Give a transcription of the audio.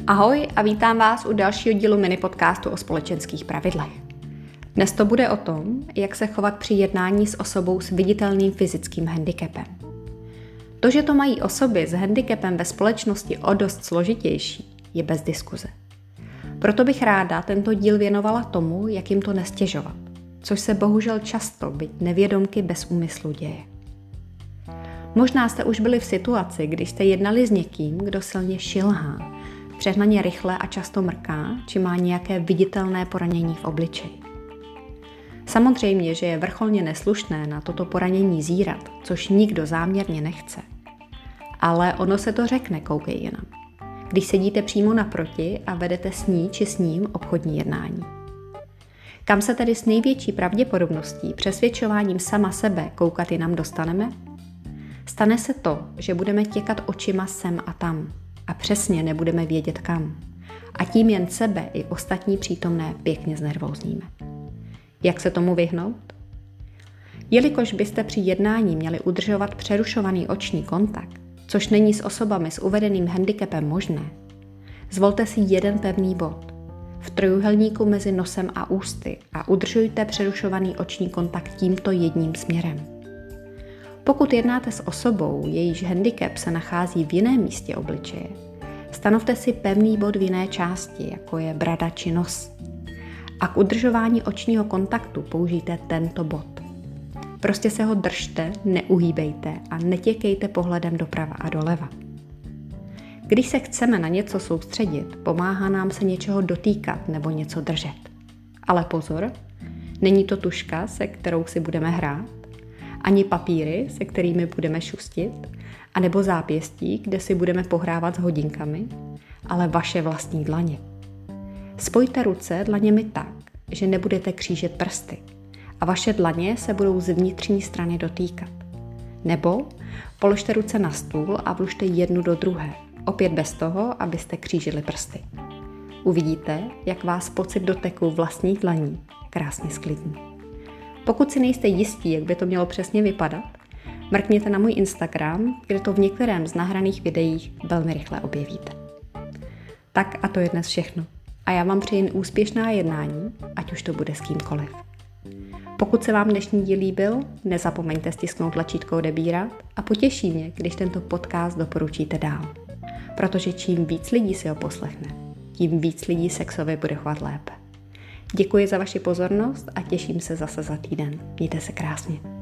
Ahoj a vítám vás u dalšího dílu mini podcastu o společenských pravidlech. Dnes to bude o tom, jak se chovat při jednání s osobou s viditelným fyzickým handicapem. To, že to mají osoby s handicapem ve společnosti o dost složitější, je bez diskuze. Proto bych ráda tento díl věnovala tomu, jak jim to nestěžovat, což se bohužel často, byť nevědomky bez úmyslu děje. Možná jste už byli v situaci, když jste jednali s někým, kdo silně šilhá, přehnaně rychle a často mrká, či má nějaké viditelné poranění v obličeji. Samozřejmě, že je vrcholně neslušné na toto poranění zírat, což nikdo záměrně nechce. Ale ono se to řekne, koukej jinam. Když sedíte přímo naproti a vedete s ní či s ním obchodní jednání. Kam se tedy s největší pravděpodobností přesvědčováním sama sebe koukat jinam dostaneme? Stane se to, že budeme těkat očima sem a tam a přesně nebudeme vědět kam. A tím jen sebe i ostatní přítomné pěkně znervózníme. Jak se tomu vyhnout? Jelikož byste při jednání měli udržovat přerušovaný oční kontakt, což není s osobami s uvedeným handicapem možné, zvolte si jeden pevný bod v trojúhelníku mezi nosem a ústy a udržujte přerušovaný oční kontakt tímto jedním směrem. Pokud jednáte s osobou, jejíž handicap se nachází v jiném místě obličeje, stanovte si pevný bod v jiné části, jako je brada či nos. A k udržování očního kontaktu použijte tento bod. Prostě se ho držte, neuhýbejte a netěkejte pohledem doprava a doleva. Když se chceme na něco soustředit, pomáhá nám se něčeho dotýkat nebo něco držet. Ale pozor, není to tužka, se kterou si budeme hrát, ani papíry, se kterými budeme šustit, anebo zápěstí, kde si budeme pohrávat s hodinkami, ale vaše vlastní dlaně. Spojte ruce dlaněmi tak, že nebudete křížet prsty a vaše dlaně se budou z vnitřní strany dotýkat. Nebo položte ruce na stůl a vložte jednu do druhé, opět bez toho, abyste křížili prsty. Uvidíte, jak vás pocit doteku vlastních dlaní krásně sklidní. Pokud si nejste jistí, jak by to mělo přesně vypadat, mrkněte na můj Instagram, kde to v některém z nahraných videích velmi rychle objevíte. Tak a to je dnes všechno. A já vám přeji úspěšná jednání, ať už to bude s kýmkoliv. Pokud se vám dnešní díl líbil, nezapomeňte stisknout tlačítko odebírat a potěší mě, když tento podcast doporučíte dál. Protože čím víc lidí si ho poslechne, tím víc lidí se k sobě bude chovat lépe. Děkuji za vaši pozornost a těším se zase za týden. Mějte se krásně.